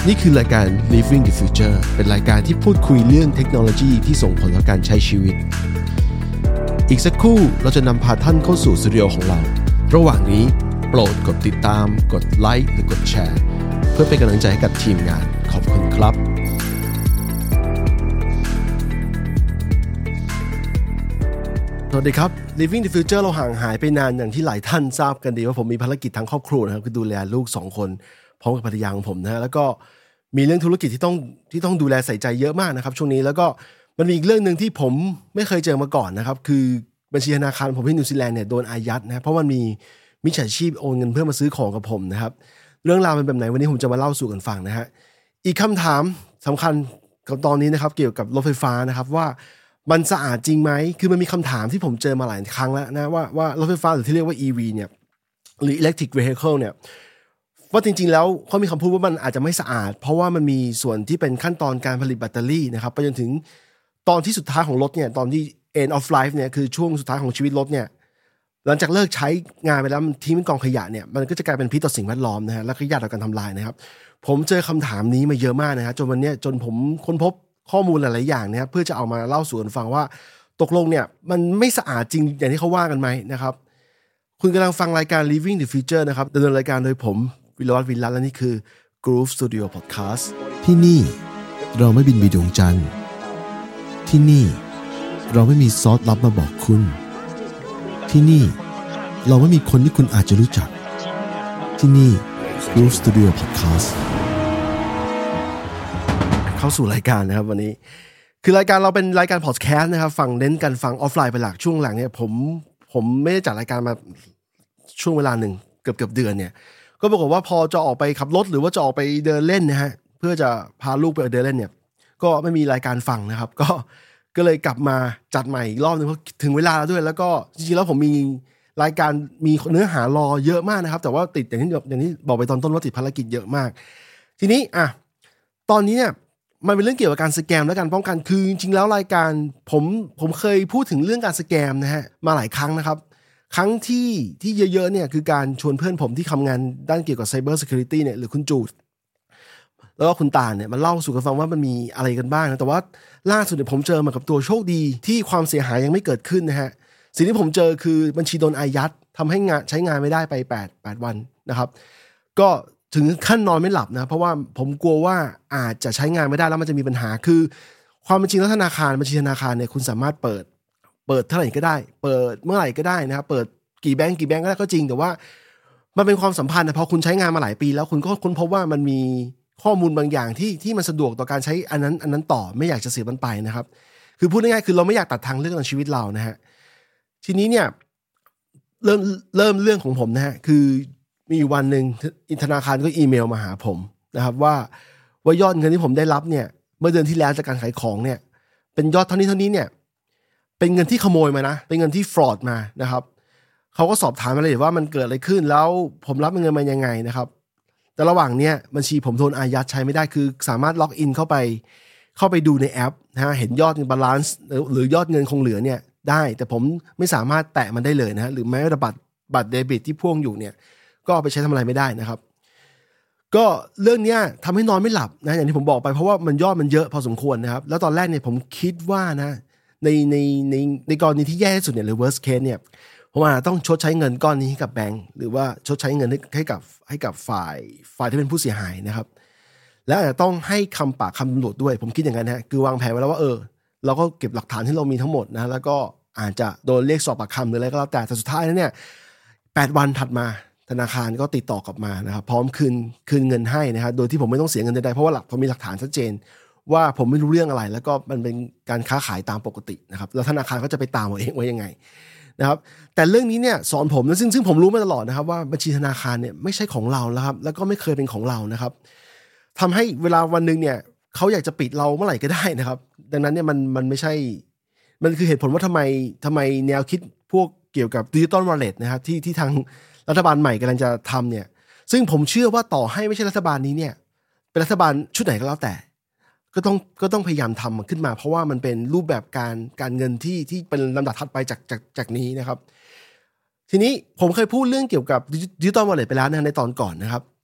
นี่คือรายการ Living the Future เป็นรายการที่พูดคุยเรื่องเทคโนโลยีที่ส่งผลต่อการใช้ชีวิตอีกสักครู่เราจะนำพาท่านเข้าสู่สตูดิโอของเราระหว่างนี้โปรดกดติดตามกดไลค์หรือกดแชร์เพื่อเป็นกำลังใจให้กับทีมงานขอบคุณครับสวัสดีครับ Living the Future เราห่างหายไปนานอย่างที่หลายท่านทราบกันดีว่าผมมีภารกิจทางครอบครัวนะครับคือดูแลลูก2คนพร้อมกับภรรยาของผมนะฮะแล้วก็มีเรื่องธุรกิจที่ต้องดูแลใส่ใจเยอะมากนะครับช่วงนี้แล้วก็มันมีอีกเรื่องนึงที่ผมไม่เคยเจอมาก่อนนะครับคือบัญชีธนาคารผมที่นิวซีแลนด์เนี่ยโดนอายัดนะเพราะมันมีมิจฉาชีพโอนเงินเพื่อมาซื้อของกับผมนะครับเรื่องราวเป็นแบบไหนวันนี้ผมจะมาเล่าสู่กันฟังนะฮะอีกคำถามสำคัญกับตอนนี้นะครับเกี่ยวกับรถไฟฟ้านะครับว่ามันสะอาดจริงไหมคือมันมีคำถามที่ผมเจอมาหลายครั้งแล้วนะว่ารถไฟฟ้าหรือที่เรียกว่า EV เนี่ยหรือ Electric Vehicle เนี่ยว่าจริงๆแล้วเขามีคำพูดว่ามันอาจจะไม่สะอาดเพราะว่ามันมีส่วนที่เป็นขั้นตอนการผลิตแบตเตอรี่นะครับไปจนถึงตอนที่สุดท้ายของรถเนี่ยตอนที่ end of life เนี่ยคือช่วงสุดท้ายของชีวิตรถเนี่ยหลังจากเลิกใช้งานไปแล้วมันทิ้งเป็นกองขยะเนี่ยมันก็จะกลายเป็นพิษต่อสิ่งแวดล้อมนะฮะและก็ยากต่อการทำลายนะครับผมเจอคำถามนี้มาเยอะมากนะฮะจนวันนี้จนผมค้นพบข้อมูลหลายๆอย่างนะครับเพื่อจะเอามาเล่าสู่กันฟังว่าตกลงเนี่ยมันไม่สะอาดจริงอย่างที่เขาว่ากันไหมนะครับคุณกำลังฟังรายการ Living the Future นะครับดำเนินรายการโดยผมวิรวัฒน์ วินรัตน์และนี่คือ Groove Studio Podcast ที่นี่เราไม่บินไปดวงจันทร์ที่นี่เราไม่มีซอสลับมาบอกคุณที่นี่เราไม่มีคนที่คุณอาจจะรู้จักที่นี่ Groove Studio Podcast เข้าสู่รายการนะครับวันนี้คือรายการเราเป็นรายการพอดแคสต์นะครับฟังเน้นกันฟังออฟไลน์เป็นหลักช่วงหลังเนี่ยผมไม่ได้จัดรายการมาช่วงเวลาหนึ่งเกือบเดือนเนี่ยก็ปรากฏว่าพอจะออกไปขับรถหรือว่าจะออกไปเดินเล่นนะฮะเพื่อจะพาลูกไปเดินเล่นเนี่ยก็ไม่มีรายการฟังนะครับก็เลยกลับมาจัดใหม่อีกรอบนึงเพราะถึงเวลาแล้วด้วยแล้วก็จริงๆแล้วผมมีรายการมีเนื้อหารอเยอะมากนะครับแต่ว่าติดอย่างที่บอกไปตอนต้นว่าติดภารกิจเยอะมากทีนี้ตอนนี้เนี่ยมันเป็นเรื่องเกี่ยวกับการสแกมและการป้องกันคือจริงๆแล้วรายการผมเคยพูดถึงเรื่องการสแกมนะฮะมาหลายครั้งนะครับครั้งที่เยอะๆเนี่ยคือการชวนเพื่อนผมที่ทำงานด้านเกี่ยวกับ Cyber Security เนี่ยหรือคุณจูดแล้วก็คุณตาลเนี่ยมาเล่าสู่กันฟังว่ามันมีอะไรกันบ้างนะแต่ว่าล่าสุดเนี่ยผมเจอมากับตัวโชคดีที่ความเสียหายยังไม่เกิดขึ้นนะฮะสิ่งที่ผมเจอคือบัญชีโดนอายัดทำให้งานใช้งานไม่ได้ไป8วันนะครับก็ถึงขั้นนอนไม่หลับนะเพราะว่าผมกลัวว่าอาจจะใช้งานไม่ได้แล้วมันจะมีปัญหาคือความเป็นจริงแล้วบัญชีธนาคารเนี่ยคุณสามารถเปิดเท่าไหร่ก็ได้เปิดเมื่อไหร่ก็ได้นะครับเปิดกี่แบงก์ก็ได้ก็จริงแต่ว่ามันเป็นความสัมพันธ์นะพอคุณใช้งานมาหลายปีแล้วคุณก็ค้นพบว่ามันมีข้อมูลบางอย่างที่มันสะดวกต่อการใช้อันนั้นต่อไม่อยากจะเสียมันไปนะครับคือพูดง่ายๆคือเราไม่อยากตัดทางเรื่องของชีวิตเรานะฮะทีนี้เนี่ยเริ่มเรื่องของผมนะฮะคือมีวันนึงธนาคารก็อีเมลมาหาผมนะครับว่ายอดเงินที่ผมได้รับเนี่ยเมื่อเดือนที่แล้วจากการขายของเนี่ยเป็นยอดเท่านี้เนี่ยเป็นเงินที่ขโมยมานะเป็นเงินที่ฟรอดมานะครับเขาก็สอบถามมาเลยว่ามันเกิดอะไรขึ้นแล้วผมรับเงินมายังไงนะครับแต่ระหว่างเนี้ยบัญชีผมโดนอายัดใช้ไม่ได้คือสามารถล็อกอินเข้าไปดูในแอปนะฮะเห็นยอดเงินบาลานซ์หรือยอดเงินคงเหลือเนี่ยได้แต่ผมไม่สามารถแตะมันได้เลยนะฮะหรือแม้แต่บัตรเดบิตที่พ่วงอยู่เนี่ยก็เอาไปใช้ทำอะไรไม่ได้นะครับก็เรื่องนี้ทำให้นอนไม่หลับนะอย่างที่ผมบอกไปเพราะว่ามันยอดมันเยอะพอสมควรนะครับแล้วตอนแรกเนี่ยผมคิดว่านะในกรณีที่แย่ที่สุดเนี่ยหรือ worst case เนี่ยผมอาจจะต้องชดใช้เงินก้อนนี้ให้กับแบงก์หรือว่าชดใช้เงินให้กับฝ่ายที่เป็นผู้เสียหายนะครับและอาจจะต้องให้คำปากคำตำรวจด้วยผมคิดอย่างนั้นฮะคือวางแผนไว้แล้วว่าเราก็เก็บหลักฐานที่เรามีทั้งหมดนะแล้วก็อาจจะโดนเรียกสอบปากคำหรืออะไรก็แล้วแต่สุดท้ายแล้วเนี่ย8วันถัดมาธนาคารก็ติดต่อกลับมานะครับพร้อมคืนเงินให้นะครับโดยที่ผมไม่ต้องเสียเงินใดๆเพราะว่าผมมีหลักฐานชัดเจนว่าผมไม่รู้เรื่องอะไรแล้วก็มันเป็นการค้าขายตามปกตินะครับแล้วธนาคารก็จะไปตามเอาเองว่ายังไงนะครับแต่เรื่องนี้เนี่ยสอนผมนะซึ่งผมรู้มาตลอดนะครับว่าบัญชีธนาคารเนี่ยไม่ใช่ของเราแล้วครับแล้วก็ไม่เคยเป็นของเรานะครับทำให้เวลาวันนึงเนี่ยเขาอยากจะปิดเราเมื่อไหร่ก็ได้นะครับดังนั้นเนี่ยมันไม่ใช่มันคือเหตุผลว่าทำไมแนวคิดพวกเกี่ยวกับ Digital Wallet นะครับที่ทางรัฐบาลใหม่กำลังจะทำเนี่ยซึ่งผมเชื่อว่าต่อให้ไม่ใช่รัฐบาลนี้เนี่ยเป็นรัฐบาลชุดไหนก็แล้วแต่ก็ต้องพยายามทำมันขึ้นมาเพราะว่ามันเป็นรูปแบบการเงินที่เป็นลำดับถัดไปจากนี้นะครับทีนี้ผมเคยพูดเรื่องเกี่ยวกับ Digital Wallet ไปแล้วนะในตอนก่อนนะครับ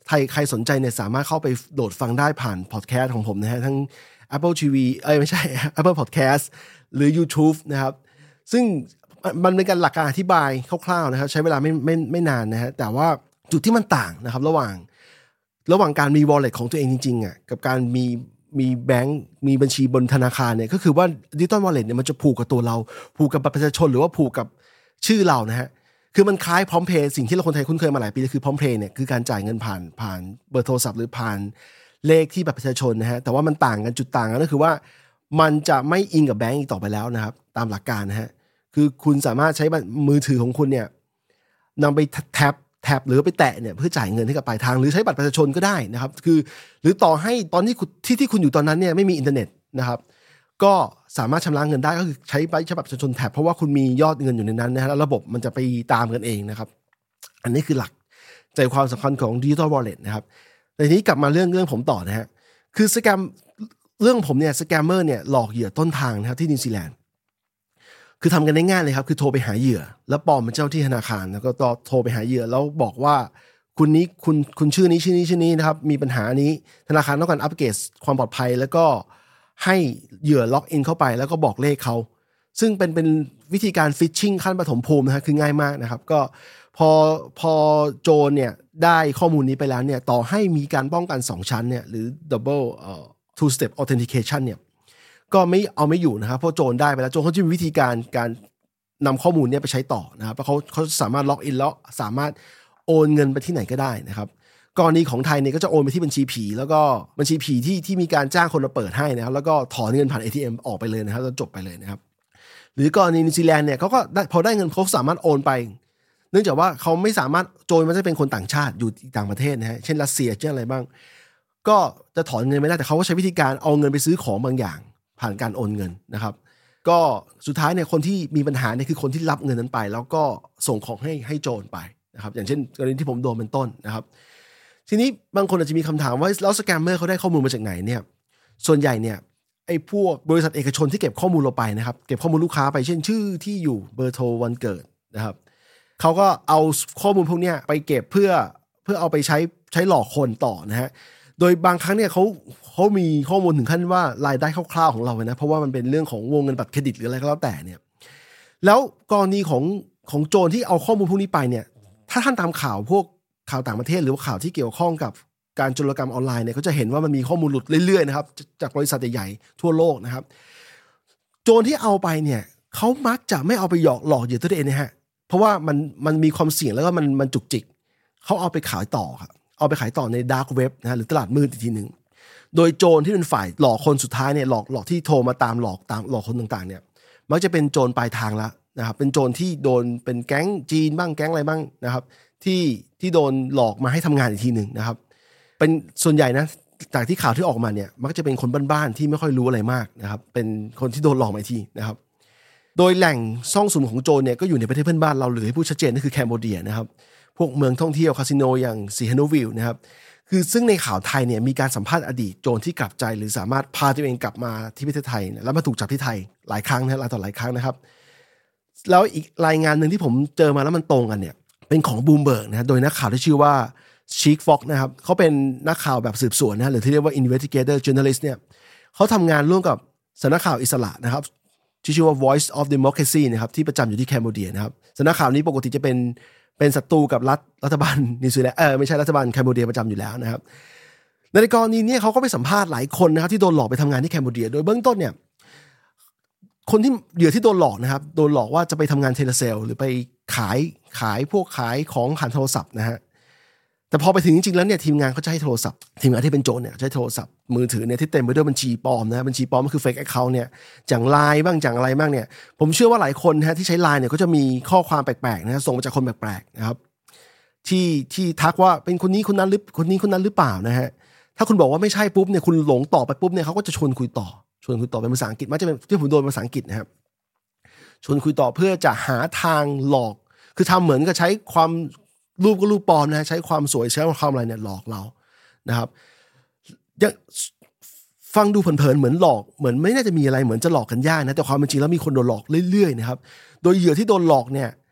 ใครสนใจเนี่ยสามารถเข้าไปโหลดฟังได้ผ่านพอดแคสต์ของผมนะฮะทั้ง Apple TV ไม่ใช่ Apple Podcast หรือ YouTube นะครับซึ่งมันเป็นการหลักการอธิบายคร่าวๆนะครับใช้เวลาไม่นานนะฮะแต่ว่าจุดที่มันต่างนะครับระหว่างการมี wallet ของตัวเองจริงๆอ่ะกับการมีแบงค์มีบัญชีบนธนาคารเนี่ยก็คือว่า Digital Wallet เนี่ยมันจะผูกกับตัวเราผูกกับบัตรประชาชนหรือว่าผูกกับชื่อเรานะฮะคือมันคล้ายพร้อมเพย์สิ่งที่เราคนไทยคุ้นเคยมาหลายปีคือพร้อมเพย์เนี่ยคือการจ่ายเงินผ่านเบอร์โทรศัพท์หรือผ่านเลขที่บัตรประชาชนนะฮะแต่ว่ามันต่างกันจุดต่างกันก็คือว่ามันจะไม่อิงกับแบงค์อีกต่อไปแล้วนะครับตามหลักการนะฮะคือคุณสามารถใช้มือถือของคุณเนี่ยนำไปแท็บหรือไปแตะเนี่ยเพื่อจ่ายเงินให้กับปลายทางหรือใช้บัตรประชาชนก็ได้นะครับคือหรือต่อให้ตอนที่คุณอยู่ตอนนั้นเนี่ยไม่มีอินเทอร์เน็ตนะครับก็สามารถชำระเงินได้ก็คือใช้บัตรประชาชนแท็บเพราะว่าคุณมียอดเงินอยู่ในนั้นนะฮะแล้วระบบมันจะไปตามกันเองนะครับอันนี้คือหลักใจความสำคัญของ Digital Wallet นะครับแต่ทีนี้กลับมาเรื่องผมต่อนะฮะคือสแกมเรื่องผมเนี่ยสแกมเมอร์เนี่ยหลอกเหยื่อต้นทางนะครับที่นิวซีแลนด์คือทำกันได้ง่ายเลยครับคือโทรไปหาเหยื่อแล้วปลอมเป็นเจ้าที่ธนาคารแล้วก็โทรไปหาเหยื่อแล้วบอกว่าคุณชื่อนี้นะครับมีปัญหานี้ธนาคารต้องการอัปเกรดความปลอดภัยแล้วก็ให้เหยื่อล็อกอินเข้าไปแล้วก็บอกเลขเขาซึ่งเป็นวิธีการฟิชชิงขั้นปฐมภูมินะฮะคือง่ายมากนะครับก็พอโจรเนี่ยได้ข้อมูลนี้ไปแล้วเนี่ยต่อให้มีการป้องกัน2ชั้นเนี่ยหรือ double two step authentication เนี่ยก็ไม่อยู่นะครับเพราะโจรได้ไปแล้วโจรเขาจะมีวิธีการนำข้อมูลนี้ไปใช้ต่อนะครับเพราะเขาสามารถล็อกอินแล้วสามารถโอนเงินไปที่ไหนก็ได้นะครับกรณีของไทยเนี่ยก็จะโอนไปที่บัญชีผีแล้วก็บัญชีผีที่มีการจ้างคนมาเปิดให้นะครับแล้วก็ถอนเงินผ่าน ATM ออกไปเลยนะครับแล้วจบไปเลยนะครับหรือกรณีนิวซีแลนด์เนี่ยเขาก็พอได้เงินเขาสามารถโอนไปเนื่องจากว่าเขาไม่สามารถโจรมันจะเป็นคนต่างชาติอยู่ต่างประเทศนะฮะเช่นรัสเซียเช่นอะไรบ้างก็จะถอนเงินไม่ได้แต่เขาก็ใช้วิธีการเอาเงินไปซื้อของบางอย่างผ่านการโอนเงินนะครับก็สุดท้ายเนี่ยคนที่มีปัญหาเนี่ยคือคนที่รับเงินนั้นไปแล้วก็ส่งของให้โจรไปนะครับอย่างเช่นกรณีที่ผมโดนเป็นต้นนะครับทีนี้บางคนอาจจะมีคำถามว่าแล้วสแกมเมอร์เขาได้ข้อมูลมาจากไหนเนี่ยส่วนใหญ่เนี่ยไอ้พวกบริษัทเอกชนที่เก็บข้อมูลเราไปนะครับเก็บข้อมูลลูกค้าไปเช่นชื่อที่อยู่เบอร์โทรวันเกิดนะครับเขาก็เอาข้อมูลพวกนี้ไปเก็บเพื่อเอาไปใช้หลอกคนต่อนะฮะโดยบางครั้งเนี่ยเขามีข้อมูลถึงขั้นว่ารายได้คร่าวๆของเราเลยนะเพราะว่ามันเป็นเรื่องของวงเงินบัตรเครดิตหรืออะไรก็แล้วแต่เนี่ยแล้วกรณีของโจรที่เอาข้อมูลพวกนี้ไปเนี่ยถ้าท่านตามข่าวพวกข่าวต่างประเทศหรือว่าข่าวที่เกี่ยวข้องกับการโจรกรรมออนไลน์เนี่ยก็จะเห็นว่ามันมีข้อมูลหลุดเรื่อยๆนะครับจากบริษัทใหญ่ๆทั่วโลกนะครับโจรที่เอาไปเนี่ยเขามักจะไม่เอาไปหลอกเหยื่อตัวเองนะฮะเพราะว่ามันมีความเสี่ยงแล้วก็มันจุกจิกเขาเอาไปขายต่อครับเอาไปขายต่อในดาร์กเว็บนะฮะหรือตลาดมืดอีกทีนึงโดยโจรที่เป็นฝ่ายหลอกคนสุดท้ายเนี่ยหลอกที่โทรมาตามหลอกคนต่างๆเนี่ยมักจะเป็นโจรปลายทางแล้วนะครับเป็นโจรที่โดนเป็นแก๊งจีนบ้างแก๊งอะไรบ้างนะครับที่โดนหลอกมาให้ทำงานอีกทีนึงนะครับเป็นส่วนใหญ่นะจากที่ข่าวที่ออกมาเนี่ยมักจะเป็นคนบ้านๆที่ไม่ค่อยรู้อะไรมากนะครับเป็นคนที่โดนหลอกมาอีกทีนะครับโดยแหล่งซ่องสุมของโจรเนี่ยก็อยู่ในประเทศเพื่อนบ้านเราหรือให้พูดชัดเจนก็คือแคนเบเดียนะครับพวกเมืองท่องเที่ยวคาสิโนอย่างซีฮันโนวิลนะครับคือซึ่งในข่าวไทยเนี่ยมีการสัมภาษณ์อดีตโจรที่กลับใจหรือสามารถพาตัวเองกลับมาที่ประเทศไทยแล้วมาถูกจับที่ไทยหลายครั้งนะหลายต่อหลายครั้งนะครับแล้วอีกรายงานหนึ่งที่ผมเจอมาแล้วมันตรงกันเนี่ยเป็นของบูมเบิร์กนะโดยนักข่าวที่ชื่อว่าชีคฟ็อกนะครับเขาเป็นนักข่าวแบบสืบสวนนะหรือที่เรียกว่า investigator journalist เนี่ยเขาทำงานร่วมกับสำนักข่าวอิสระนะครับที่ชื่อว่า Voice of Democracy นะครับที่ประจำอยู่ที่แคนเบเดียนะครับสำนักข่าวนี้ปกติจะเป็นศัตรูกับรัฐบาลนิวซีแลนด์ไม่ใช่รัฐบาลแคนเบเดียประจำอยู่แล้วนะครับในกรณีนี้เขาก็ไปสัมภาษณ์หลายคนนะครับที่โดนหลอกไปทำงานที่แคนเบเดียโดยเบื้องต้นเนี่ยคนที่เหยื่อที่โดนหลอกนะครับโดนหลอกว่าจะไปทำงานเทเลเซลหรือไปขายของผ่านโทรศัพท์นะฮะแต่พอไปถึงจริงๆแล้วเนี่ยทีมงานเขาจะให้โทรศัพท์ทีมงานที่เป็นโจรเนี่ยใช้โทรศัพท์มือถือเนี่ยที่เต็มไปด้วยบัญชีปลอมนะบัญชีปลอมก็คือ fake account เนี่ยอย่าง LINE บ้างอย่างอะไรบ้างเนี่ยผมเชื่อว่าหลายคนนะฮะที่ใช้ LINE เนี่ยก็จะมีข้อความแปลกๆนะส่งมาจากคนแปลกๆนะครับที่ทักว่าเป็นคนนี้คนนั้นหรือคนนี้คนนั้นหรือเปล่านะฮะถ้าคุณบอกว่าไม่ใช่ปุ๊บเนี่ยคุณหลงต่อไปปุ๊บเนี่ยเขาก็จะชวนคุยต่อเป็นภาษาอังกฤษมันจะเป็นที่ผมโดนภาษาอังกฤษนะครับชวนคุยต่อเพื่อจะหาทางหลอกคือทำเหมือนกับใช้ความรูปก็รูปปลอมนะใช้ความสวยใช้ความอะไรเนี่ยหลอกเรานะครับยังฟังดูเผินๆเหมือนหลอกเหมือนไม่น่าจะมีอะไรเหมือนจะหลอกกันยากนะแต่ความเป็นจริงแล้วมีคนโดนหลอกเรื่อยๆนะครับโดยเหยื่อที่โดนหลอกเนี่ย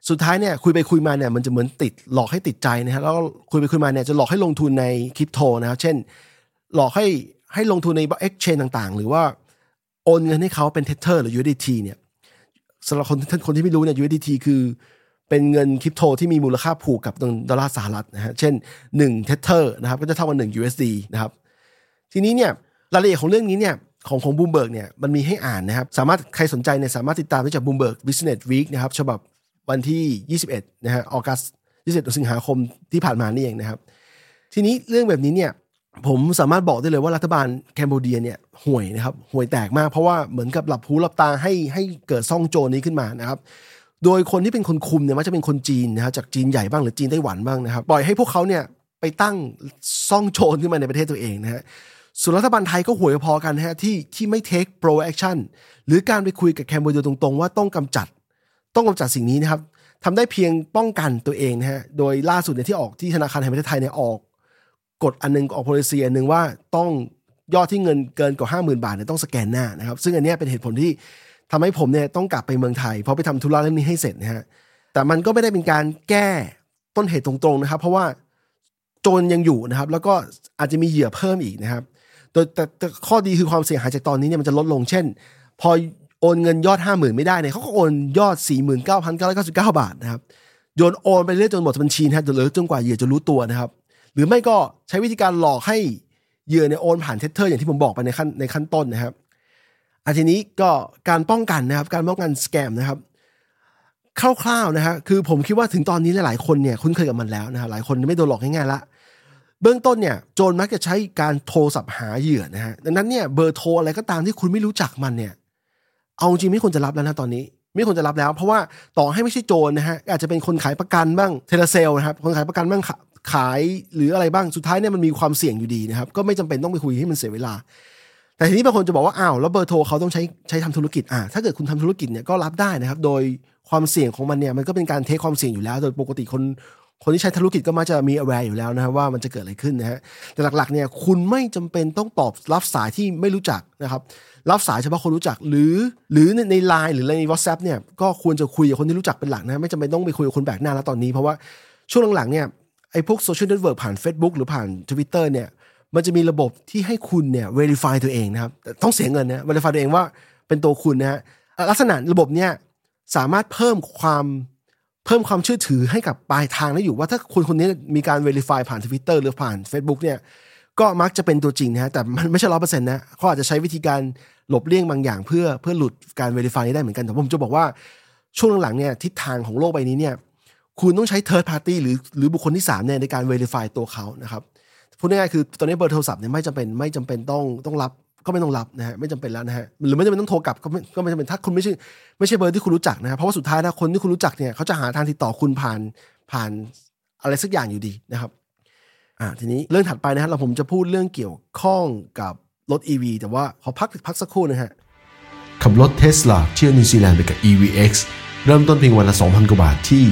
สุดท้ายเนี่ยคุยไปคุยมาเนี่ยมันจะเหมือนติดหลอกให้ติดใจนะฮะแล้วคุยไปคุยมาเนี่ยจะหลอกให้ลงทุนในคริปโตนะครับเช่นหลอกให้ลงทุนใน exchange ต่างๆหรือว่าโอนเงินให้เขาเป็น Tether หรือ USDT เนี่ยสำหรับคนที่ไม่รู้เนี่ย USDT คือเป็นเงินคริปโตที่มีมูลค่าผูกกับดอลลาร์สหรัฐนะฮะเช่น1 Tether นะครับก็จะเท่ากับ1 USD นะครับทีนี้เนี่ยรายละเอียดของเรื่องนี้เนี่ยของ Bloomberg เนี่ยมันมีให้อ่านนะครับสามารถใครสนใจเนี่ยสามารถติดตามได้จาก Bloomberg Business Week นะครับฉบับวันที่21นะฮะออกัส21สิงหาคมที่ผ่านมานี่เองนะครับทีนี้เรื่องแบบนี้เนี่ยผมสามารถบอกได้เลยว่ารัฐบาลแคนเบเดียเนี่ยห่วยนะครับห่วยแตกมากเพราะว่าเหมือนกับหลับหูหลับตาให้เกิดซ่องโจรนี้ขึ้นมานะครับโดยคนที่เป็นคนคุมเนี่ยมักจะเป็นคนจีนนะครับจากจีนใหญ่บ้างหรือจีนไต้หวันบ้างนะครับปล่อยให้พวกเขาเนี่ยไปตั้งซ่องโจรขึ้นมาในประเทศตัวเองนะฮะส่วนรัฐบาลไทยก็ห่วยพอกันนะฮะที่ไม่ take pro action หรือการไปคุยกับแคนเบเดียตรงๆว่าต้องกำจัดสิ่งนี้นะครับทำได้เพียงป้องกันตัวเองนะฮะโดยล่าสุดเนี่ยที่ธนาคารแห่งประเทศไทยเนี่ยออกกฎอันนึงออก policy อันนึงว่าต้องยอดที่เงินเกินกว่า 50,000 บาทเนี่ยต้องสแกนหน้านะครับซึ่งอันนี้เป็นเหตุผลที่ทำให้ผมเนี่ยต้องกลับไปเมืองไทยเพราะไปทำธุระเรื่องนี้ให้เสร็จนะฮะแต่มันก็ไม่ได้เป็นการแก้ต้นเหตุตรงๆนะครับเพราะว่าโจรยังอยู่นะครับแล้วก็อาจจะมีเหยื่อเพิ่มอีกนะครับโดยแต่ข้อดีคือความเสียหายจากตอนนี้เนี่ยมันจะลดลงเช่นพอโอนเงินยอด 50,000 ไม่ได้เนี่ยเขาก็โอนยอด 49,999 บาทนะครับโยนโอนไปเรื่อยจนหมดบัญชีนะฮะหรือจนกว่าเหยื่อจะรู้ตัวนะครับหรือไม่ก็ใช้วิธีการหลอกให้เหยื่อเนี่ยโอนผ่านเทเทอร์อย่างที่ผมบอกไปในขั้นต้นนะครับทีนี้ก็การป้องกันนะครับการป้องกันสแกมนะครับคร่าวๆนะฮะคือผมคิดว่าถึงตอนนี้หลายๆคนเนี่ยคุ้นเคยกับมันแล้วนะฮะหลายคนไม่โดนหลอกง่ายๆละเบื้องต้นเนี่ยโจรมักจะใช้การโทรศัพท์หาเหยื่อนะฮะดังนั้นเนี่ยเบอร์โทรอะไรก็ตามที่คุณไม่รู้จักมันเนี่ยเอาจริงไม่ควรจะรับแล้วนะตอนนี้ไม่ควรจะรับแล้วเพราะว่าต่อให้ไม่ใช่โจรนะฮะอาจจะเป็นคนขายประกันบ้างเทเลเซลนะครับคนขายประกันบ้างขายหรืออะไรบ้างสุดท้ายเนี่ยมันมีความเสี่ยงอยู่ดีนะครับก็ไม่จำเป็นต้องไปคุยให้มันเสียเวลาแต่ทีนี้บางคนจะบอกว่าอ้าวแล้วเบอร์โทรเขาต้องใช้ทำธุรกิจถ้าเกิดคุณทำธุรกิจเนี่ยก็รับได้นะครับโดยความเสี่ยงของมันเนี่ยมันก็เป็นการเทคความเสี่ยงอยู่แล้วโดยปกติคนที่ใช้ธุรกิจก็มักจะมี aware อยู่แล้วนะครับว่ามันจะเกิดอะไรขึ้นนะฮะแต่หลักๆเนี่ยคุณไม่จำเป็นต้องรับสายที่ไม่รู้จักนะครับรับสายเฉพาะคนรู้จักหรือใน LINE หรือใน WhatsApp เนี่ยก็ควรจะคุยกับคนที่รู้จักเป็นหลักนะไม่จำเป็นต้องไปคุยกับคนแปลกหน้าแล้วตอนนี้เพราะว่าช่วงหลังๆเนี่ยไอ้พวกโซเชียลเน็ตเวิร์กผ่าน Facebook หรือผ่าน Twitter เนี่ยมันจะมีระบบที่ให้คุณเนี่ย verify ตัวเองนะครับต้องเสียเงินนะ verify ตัวเองว่าเป็นตัวคุณนะฮะลักษณะระบบเนี่ยสามารถเพิ่มความเชื่อถือให้กับปลายทางได้อยู่ว่าถ้าคนนี้มีการ verify ผ่าน Twitter หรือผ่าน Facebook เนี่ยก็มักจะเป็นตัวจริงนะฮะแต่มันไม่ใช่ 100% นะเขาอาจจะใช้วิธีการหลบเลี่ยงบางอย่างเพื่อหลุดการ verify นี้ได้เหมือนกันแต่ผมจะบอกว่าช่วงหลังๆเนี่ยทิศทางของโลกใบนี้เนี่ยคุณต้องใช้ third party หรือบุคคลที่3เนี่ยในการ verify ตัวเขานะครับพูดง่ายๆคือตอนนี้เบอร์โทรศัพท์เนี่ยไม่จำเป็นต้องรับก็ไม่ต้องรับนะฮะไม่จำเป็นแล้วนะฮะหรือไม่จำเป็นต้องโทรกลับก็ไม่จำเป็นถ้าคุณไม่ใช่เบอร์ที่คุณรู้จักนะเพราะว่าสุดท้ายนะคนที่คุณรู้จักเนี่ยเขาจะหาทางติดต่อคุณผ่านอะไรสักอย่างอยู่ดีนะครับทีนี้เรื่องถัดไปนะฮะผมจะพูดเรื่องเกี่ยวข้องกับรถ EV แต่ว่าขอพักสักครู่นะฮะขับรถ Tesla เที่ยวนิวซีแลนด์ไปกับ EVX เริ่มต้นเพียงวันละ 2,000 กว่าบาทที่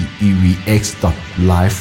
evx.life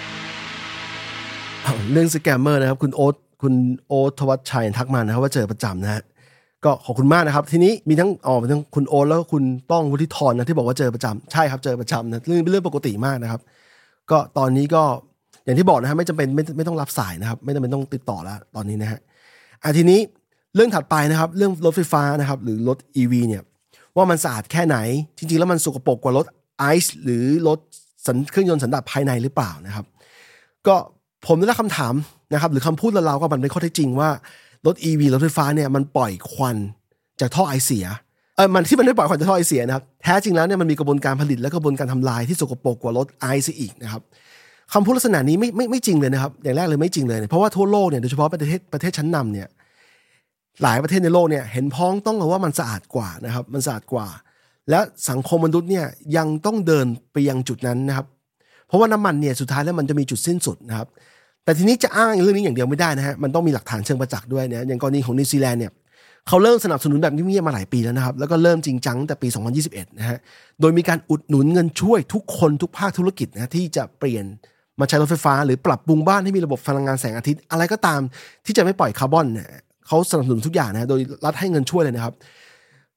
เรื่องสแกมเมอร์นะครับคุณโอ๊ตธวัชชัยทักมานะครับว่าเจอประจำนะฮะก็ขอบคุณมากนะครับทีนี้มีทั้งคุณโอ๊ตแล้วก็คุณต้องวุฒิธรนะที่บอกว่าเจอประจำใช่ครับเจอประจำนะเรื่องเป็นเรื่องปกติมากนะครับก็ตอนนี้ก็อย่างที่บอกนะครับไม่จำเป็นไม่ต้องรับสายนะครับไม่จำเป็นต้องติดต่อแล้วตอนนี้นะฮะทีนี้เรื่องถัดไปนะครับเรื่องรถไฟฟ้านะครับหรือรถ EV เนี่ยว่ามันสะอาดแค่ไหนจริงๆแล้วมันสกปรกกว่ารถไอซ์หรือรถเครื่องยนต์สันดาปภายในหรือเปล่านะครับก็ผมได้รับคำถามนะครับหรือคำพูดเราก็มันเป็นข้อเท็จจริงว่ารถ EV รถไฟฟ้าเนี่ยมันปล่อยควันจากท่อไอเสียมันไม่ปล่อยควันจากท่อไอเสียนะครับแท้จริงแล้วเนี่ยมันมีกระบวนการผลิตและกระบวนการทำลายที่สกปรกกว่ารถไอซ์อีกนะครับคำพูดลักษณะนี้ไม่จริงเลยนะครับอย่างแรกเลยไม่จริงเลยเพราะว่าทั่วโลกเนี่ยโดยเฉพาะประเทศชั้นนำเนี่ยหลายประเทศในโลกเนี่ยเห็นพ้องต้องกันว่ามันสะอาดกว่านะครับมันสะอาดกว่าและสังคมมนุษย์เนี่ยยังต้องเดินไปยังจุดนั้นนะครับเพราะว่าน้ำมันเนี่ยสุดท้ายแล้วมันจะมีจุดสิ้นสุดนะครับแต่ทีนี้จะอ้างเรื่องนี้อย่างเดียวไม่ได้นะฮะมันต้องมีหลักฐานเชิงประจักษ์ด้วยนะอย่างกรณีของนิวซีแลนด์เนี่ยเขาเริ่มสนับสนุนแบบเงียบๆมาหลายปีแล้วนะครับแล้วก็เริ่มจริงจังแต่ปี 2021 นะฮะโดยมีการอุดหนุนเงินช่วยทุกคนทุกภาคธุรกิจนะที่จะเปลี่ยนมาใช้รถไฟฟ้าหรือปรับปรุงบ้านให้มีระบบพลังงานแสงอาทิตย์อะไรก็ตามที่จะไม่ปล่อยคาร์บอนเนี่ยเขาสนับสนุนทุกอย่างนะโดยรัฐให้เงินช่วยเลยนะครับ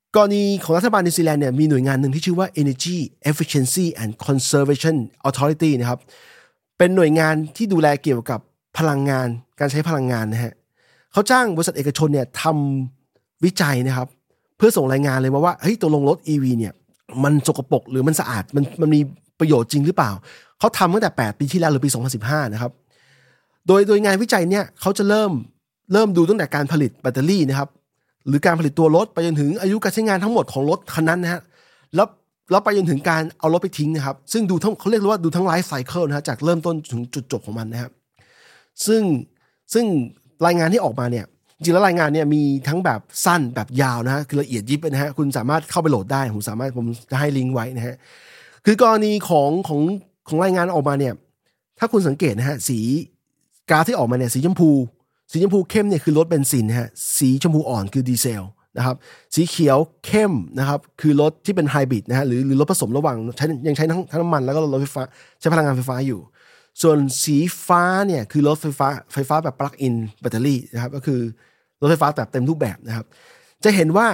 กรณีของรัฐบาลนิวซีแลนด์เนี่ยมีหน่วยงานหนึ่งที่ชื่อว่า Energy Efficiency and Conservation Authority นะครับเป็นหน่วยงานที่ดูแลเกี่ยวกับพลังงานการใช้พลังงานนะฮะเขาจ้างบริษัทเอกชนเนี่ยทำวิจัยนะครับเพื่อส่งรายงานเลยว่าเฮ้ยตกลงรถ EV เนี่ยมันสกปรกหรือมันสะอาดมันมีประโยชน์จริงหรือเปล่าเขาทำตั้งแต่8 ปีที่แล้วหรือปี 2015 นะครับโดยงานวิจัยเนี่ยเขาจะเริ่มดูตั้งแต่การผลิตแบตเตอรี่นะครับหรือการผลิตตัวรถไปจนถึงอายุการใช้งานทั้งหมดของรถคันนั้นนะฮะแล้วไปจนถึงการเอารถไปทิ้งนะครับซึ่งดูทั้งเขาเรียกว่าดูทั้งไลฟ์ไซเคิลนะฮะจากเริ่มต้นถึงจุดจบของมันนะครับซึ่งรายงานที่ออกมาเนี่ยจริงแล้วรายงานเนี่ยมีทั้งแบบสั้นแบบยาวนะฮะคือละเอียดยิบนะฮะคุณสามารถเข้าไปโหลดได้ผมจะให้ลิงก์ไว้นะฮะคือกรณีของรายงานออกมาเนี่ยถ้าคุณสังเกตนะฮะสีกราฟที่ออกมาเนี่ยสีชมพูเข้มเนี่ยคือรถเบนซินนะฮะสีชมพูอ่อนคือดีเซลนะครับสีเขียวเข้มนะครับคือรถที่เป็นไฮบริดนะฮะหรือรถผสมระหว่างยังใช้ทั้งน้ำมันแล้วก็รถไฟฟ้าใช้พลังงานไฟฟ้าอยู่ส่วนสีฟ้าเนี่ยคือรถไฟฟ้าแบบปลั๊กอินแบตเตอรี่นะครับก็คือรถไฟฟ้าแบบเต็มรูปแบบนะครับจะเห็นว่า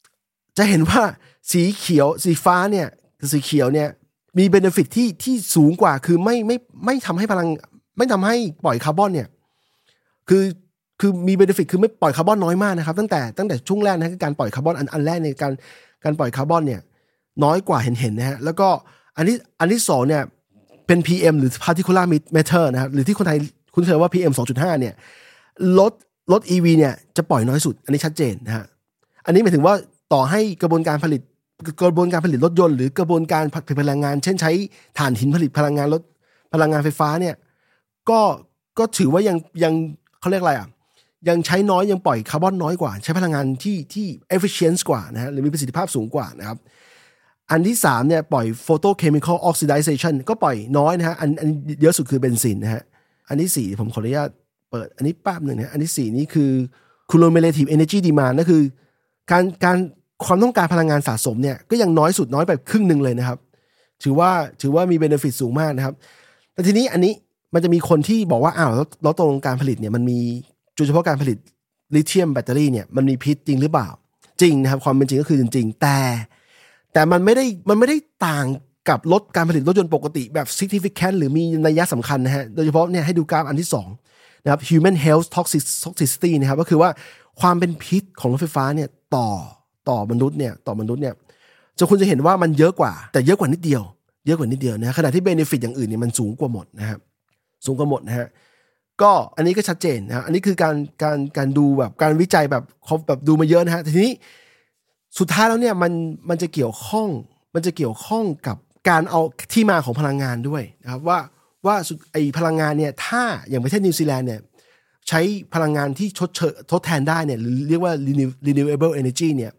สีเขียวสีฟ้าเนี่ยสีเขียวเนี่ยมีเบเนฟิตที่สูงกว่าคือไม่ทำให้ไม่ทำให้ปล่อยคาร์บอนเนี่ยคือมีเบเนฟิตคือไม่ปล่อยคาร์บอนน้อยมากนะครับตั้งแต่ช่วงแรกนะคือการปล่อยคาร์บอนอันแรกในการปล่อยคาร์บอนเนี่ยน้อยกว่าเห็นนะฮะแล้วก็อันที่สองเนี่ยเป็น PM หรือ particulate matter นะครับหรือที่คนไทยคุ้นเคยว่า PM 2.5 เนี่ยรถ EV เนี่ยจะปล่อยน้อยสุดอันนี้ชัดเจนนะฮะอันนี้หมายถึงว่าต่อให้กระบวนการผลิตรถยนต์หรือกระบวนการผลิตพลังงานเช่นใช้ถ่านหินผลิตพลังงานไฟฟ้าเนี่ยก็ถือว่ายังเขาเรียกอะไรอ่ะยังใช้น้อยยังปล่อยคาร์บอนน้อยกว่าใช้พลังงานที่ efficient กว่านะฮะหรือมีประสิทธิภาพสูงกว่านะครับอันที่3เนี่ยปล่อย photochemical oxidation ก็ปล่อยน้อยนะฮะอันเยอะสุดคือเบนซินนะฮะอันที่4ผมขออนุญาตเปิดอันนี้แป๊บนึงนะอันที่4นี่คือ cumulative energy demand ก็คือการความต้องการพลังงานสะสมเนี่ยก็ยังน้อยสุดน้อยไปครึ่งนึงเลยนะครับถือว่ามี benefit สูงมากนะครับแต่ทีนี้อันนี้มันจะมีคนที่บอกว่าแล้วตรงการผลิตเนี่ยมันมีโดยเฉพาะการผลิตลิเธียมแบตเตอรี่เนี่ยมันมีพิษจริงหรือเปล่าจริงนะครับความเป็นจริงก็คือจริงๆแต่มันไม่ได้ต่างกับการผลิตรถยนต์ปกติแบบ significant หรือมีนัยสำคัญนะฮะโดยเฉพาะเนี่ยให้ดูกราฟอันที่2นะครับ human health toxicity นะครับก็คือว่าความเป็นพิษของรถไฟฟ้าเนี่ยต่อมนุษย์เนี่ยคุณจะเห็นว่ามันเยอะกว่าแต่เยอะกว่านิดเดียวนะขณะที่เบเนฟิตอย่างอื่นเนี่ยมันสูงกว่าหมดนะครับสูงกว่าหมดนะฮะก็อันนี้ก็ชัดเจนนะอันนี้คือการดูแบบการวิจัยแบบเขาแบบดูมาเยอะนะฮะทีนี้สุดท้ายแล้วเนี่ยมันจะเกี่ยวข้องกับการเอาที่มาของพลังงานด้วยนะครับว่าไอพลังงานเนี่ยถ้าอย่างประเทศนิวซีแลนด์เนี่ยใช้พลังงานที่ทดแทนได้เนี่ยหรือเรียกว่า renewable energy เนี่ย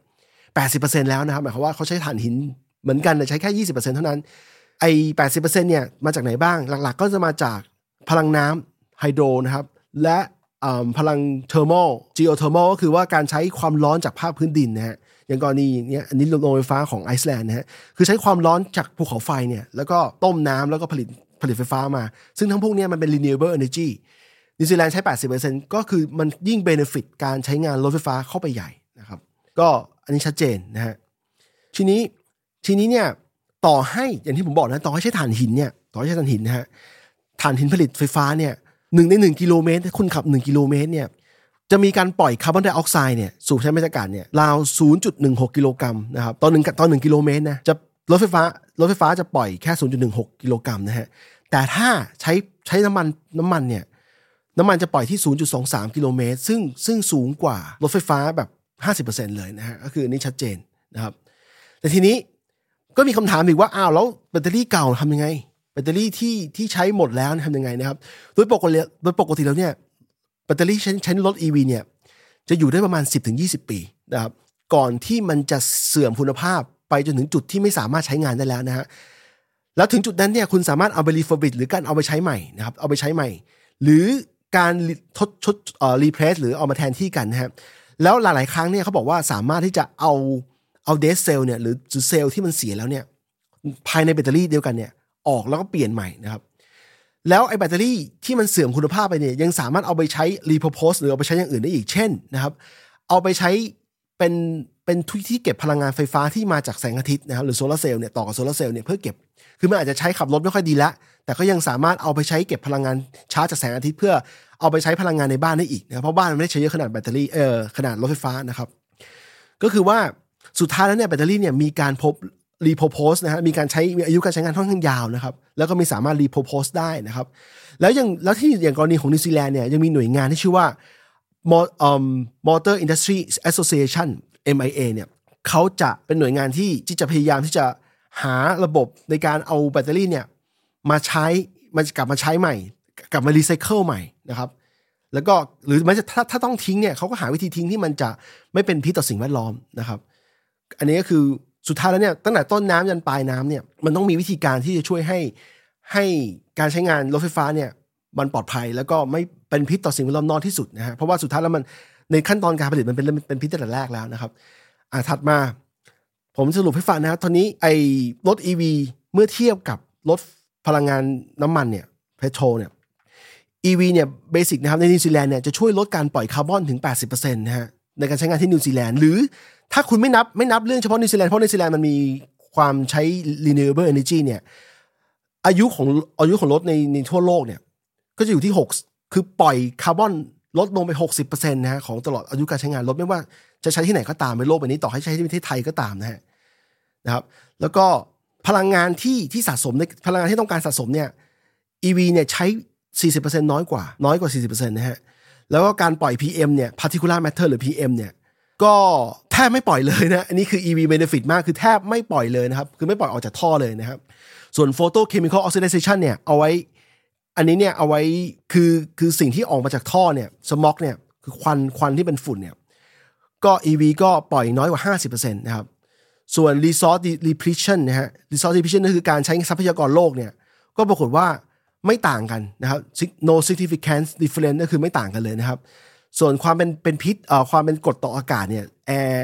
80% แล้วนะครับหมายความว่าเขาใช้ถ่านหินเหมือนกันแต่ใช้แค่ 20% เท่านั้นไอ้ 80% เนี่ยมาจากไหนบ้างหลักๆก็จะมาจากพลังน้ำไฮโดรนะครับและพลังเทอร์โม geothermal ก็คือว่าการใช้ความร้อนจากภาคพื้นดินนะฮะอย่างกรณีอย่างเงี้ยอันนี้โรงไฟฟ้าของไอซ์แลนด์นะฮะคือใช้ความร้อนจากภูเขาไฟเนี่ยแล้วก็ต้มน้ำแล้วก็ผลิตไฟฟ้ามาซึ่งทั้งพวกนี้มันเป็น renewable energy นิวซีแลนด์ใช้ 80% ก็คือมันยิ่ง benefit การใช้งานรถไฟฟ้าเข้าไปใหญ่นะครับก็อันนี้ชัดเจนนะฮะทีนี้เนี่ยต่อให้อย่างที่ผมบอกนะต่อให้ใช้ถ่านหินนะฮะถ่านหินผลิตไฟฟ้าเนี่ย1 ใน 1 กิโลเมตรคุณขับ1 กิโลเมตรเนี่ยจะมีการปล่อยคาร์บอนไดออกไซด์เนี่ยสู่ชั้นบรรยากาศเนี่ยราว 0.16 กิโลกรัมนะครับต่อ1กิโลเมตรนะจะรถไฟฟ้าจะปล่อยแค่ 0.16 กิโลกรัมนะฮะแต่ถ้าใช้น้ำมันเนี่ยน้ำมันจะปล่อยที่ 0.23 กิโลเมตรซึ่งสูงกว่ารถไฟฟ้าแบบ 50% เลยนะฮะก็คือนี่ชัดเจนนะครับแต่ทีนี้ก็มีคำถามอีกว่าแล้วแบตเตอรี่เก่าทำยังไงแบตเตอรี่ที่ใช้หมดแล้วทำยังไงนะครับโดยปกติแล้วเนี่ยแบตเตอรี่ใช้รถ EV เนี่ยจะอยู่ได้ประมาณ 10-20 ปีนะครับก่อนที่มันจะเสื่อมคุณภาพไปจนถึงจุดที่ไม่สามารถใช้งานได้แล้วนะฮะแล้วถึงจุดนั้นเนี่ยคุณสามารถเอาไปรีเฟอร์บิชหรือการเอาไปใช้ใหม่นะครับเอาไปใช้ใหม่หรือการรีเพลซหรือเอามาแทนที่กันนะครับแล้วหลายๆครั้งเนี่ยเขาบอกว่าสามารถที่จะเอาเดสเซลเนี่ยหรือเซลล์ที่มันเสียแล้วเนี่ยภายในแบตเตอรี่เดียวกันเนี่ยออกแล้วก็เปลี่ยนใหม่นะครับแล้วไอ้แบตเตอรี่ที่มันเสื่อมคุณภาพไปเนี่ยยังสามารถเอาไปใช้รีโพโพสหรือเอาไปใช้อย่างอื่นได้อีกเช่นนะครับเอาไปใช้เป็นที่เก็บพลังงานไฟฟ้าที่มาจากแสงอาทิตย์นะครับหรือโซลาร์เซลล์เนี่ยต่อกับโซลาร์เซลล์เนี่ยเพื่อเก็บคือมันอาจจะใช้ขับรถไม่ค่อยดีแล้วแต่ก็ยังสามารถเอาไปใช้เก็บพลังงานชาร์จจากแสงอาทิตย์เพื่อเอาไปใช้พลังงานในบ้านได้อีกนะเพราะบ้านมันไม่ได้ใช้เยอะขนาดแบตเตอรี่ขนาดรถไฟฟ้านะครับก็คือว่าสุดท้ายแล้วเนี่ยแบตเตอรี่เนี่ยมีการรีโพโพสนะฮะมีอายุการใช้งานค่อนข้างยาวนะครับแล้วก็มีสามารถรีโพโพสได้นะครับแล้วที่อย่างกรณีของนิวซีแลนด์เนี่ยยังมีหน่วยงานที่ชื่อว่าMotor Industry Association MIA เนี่ยเขาจะเป็นหน่วยงานที่จะพยายามที่จะหาระบบในการเอาแบตเตอรี่เนี่ยมันกลับมาใช้ใหม่กลับมารีไซเคิลใหม่นะครับแล้วก็หรือมันจะถ้าต้องทิ้งเนี่ยเขาก็หาวิธีทิ้งที่มันจะไม่เป็นพิษต่อสิ่งแวดล้อมนะครับอันนี้ก็คือสุดท้ายแล้วเนี่ยตั้งแต่ต้นน้ำยันปลายน้ำเนี่ยมันต้องมีวิธีการที่จะช่วยให้การใช้งานรถไฟฟ้าเนี่ยมันปลอดภัยแล้วก็ไม่เป็นพิษต่อสิ่งแวดล้อมน้อยที่สุดนะฮะเพราะว่าสุดท้ายแล้วมันในขั้นตอนการผลิตมันเป็นพิษตั้งแต่แรกแล้วนะครับถัดมาผมสรุปให้ฟังนะครับตอนนี้ไอ้รถ EV เมื่อเทียบกับรถพลังงานน้ำมันเนี่ยเพโตรเนี่ย EV เนี่ยเบสิกนะครับในนิวซีแลนด์เนี่ยจะช่วยลดการปล่อยคาร์บอนถึง 80% นะฮะในการใช้งานที่นิวซีแลนด์หรือถ้าคุณไม่นับเรื่องเฉพาะนิวซีแลนด์เพราะนิวซีแลนด์มันมีความใช้ renewable energy เนี่ยอายุของรถในทั่วโลกเนี่ยก็จะอยู่ที่6คือปล่อยคาร์บอนลดลงไป 60% นะฮะของตลอดอายุการใช้งานรถไม่ว่าจะใช้ที่ไหนก็ตามในโลกใบนี้ต่อให้ใช้ที่ประเทศไทยก็ตามนะครับแล้วก็พลังงานที่สะสมในพลังงานที่ต้องการสะสมเนี่ย EV เนี่ยใช้ 40% น้อยกว่า 40% นะฮะแล้วก็การปล่อย PM เนี่ย particulate matter หรือ PM เนี่ยก็แทบไม่ปล่อยเลยนะอันนี้คือ EV benefit มากคือแทบไม่ปล่อยเลยนะครับคือไม่ปล่อยออกจากท่อเลยนะครับส่วน photochemical oxidation เนี่ยเอาไว้อันนี้เนี่ยเอาไว้คือสิ่งที่ออกมาจากท่อเนี่ยสโมกเนี่ยคือควันที่เป็นฝุ่นเนี่ยก็ EV ก็ปล่อยน้อยกว่า 50% นะครับส่วน resource depletion นะฮะ resource depletion ก็คือการใช้ทรัพยากรโลกเนี่ยก็ปรากฏว่าไม่ต่างกันนะครับ no significant difference ก็คือไม่ต่างกันเลยนะครับส่วนความเป็นพิษความเป็นกรดต่ออากาศเนี่ย air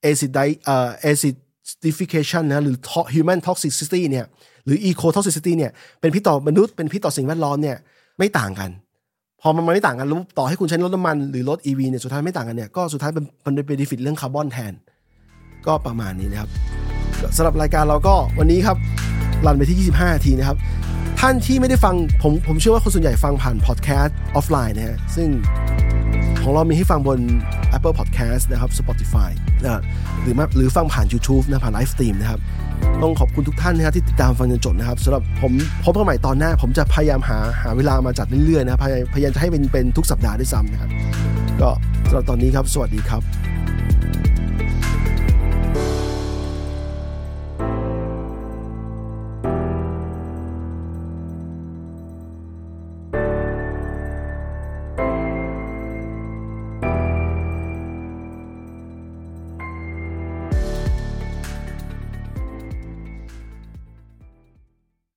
acidification นะหรือ human toxicity เนี่ยหรือ eco toxicity เนี่ยเป็นพิษต่อมนุษย์เป็นพิษต่อสิ่งแวดล้อมเนี่ยไม่ต่างกันพอมันไม่ต่างกันแล้วต่อให้คุณใช้รถน้ำมันหรือรถ EV เนี่ยสุดท้ายไม่ต่างกันเนี่ยก็สุดท้ายมันเป็น benefit เรื่องคาร์บอนแทนก็ประมาณนี้นะครับสำหรับรายการเราก็วันนี้ครับรันไปที่25นาทีนะครับท่านที่ไม่ได้ฟังผมเชื่อว่าคนส่วนใหญ่ฟังผ่านพอดแคสต์ออฟไลน์นะฮะซึ่งของเรามีให้ฟังบน Apple Podcast นะครับ Spotify หรือฟังผ่าน YouTube นะผ่านไลฟ์สตรีมนะครับต้องขอบคุณทุกท่านนะครับที่ติดตามฟังจนจบนะครับสำหรับผมพบกันใหม่ตอนหน้าผมจะพยายามหาเวลามาจัดเรื่อยๆนะครับพยายามจะให้เป็นทุกสัปดาห์ด้วยซ้ำนะครับก็สำหรับตอนนี้ครับสวัสดีครับ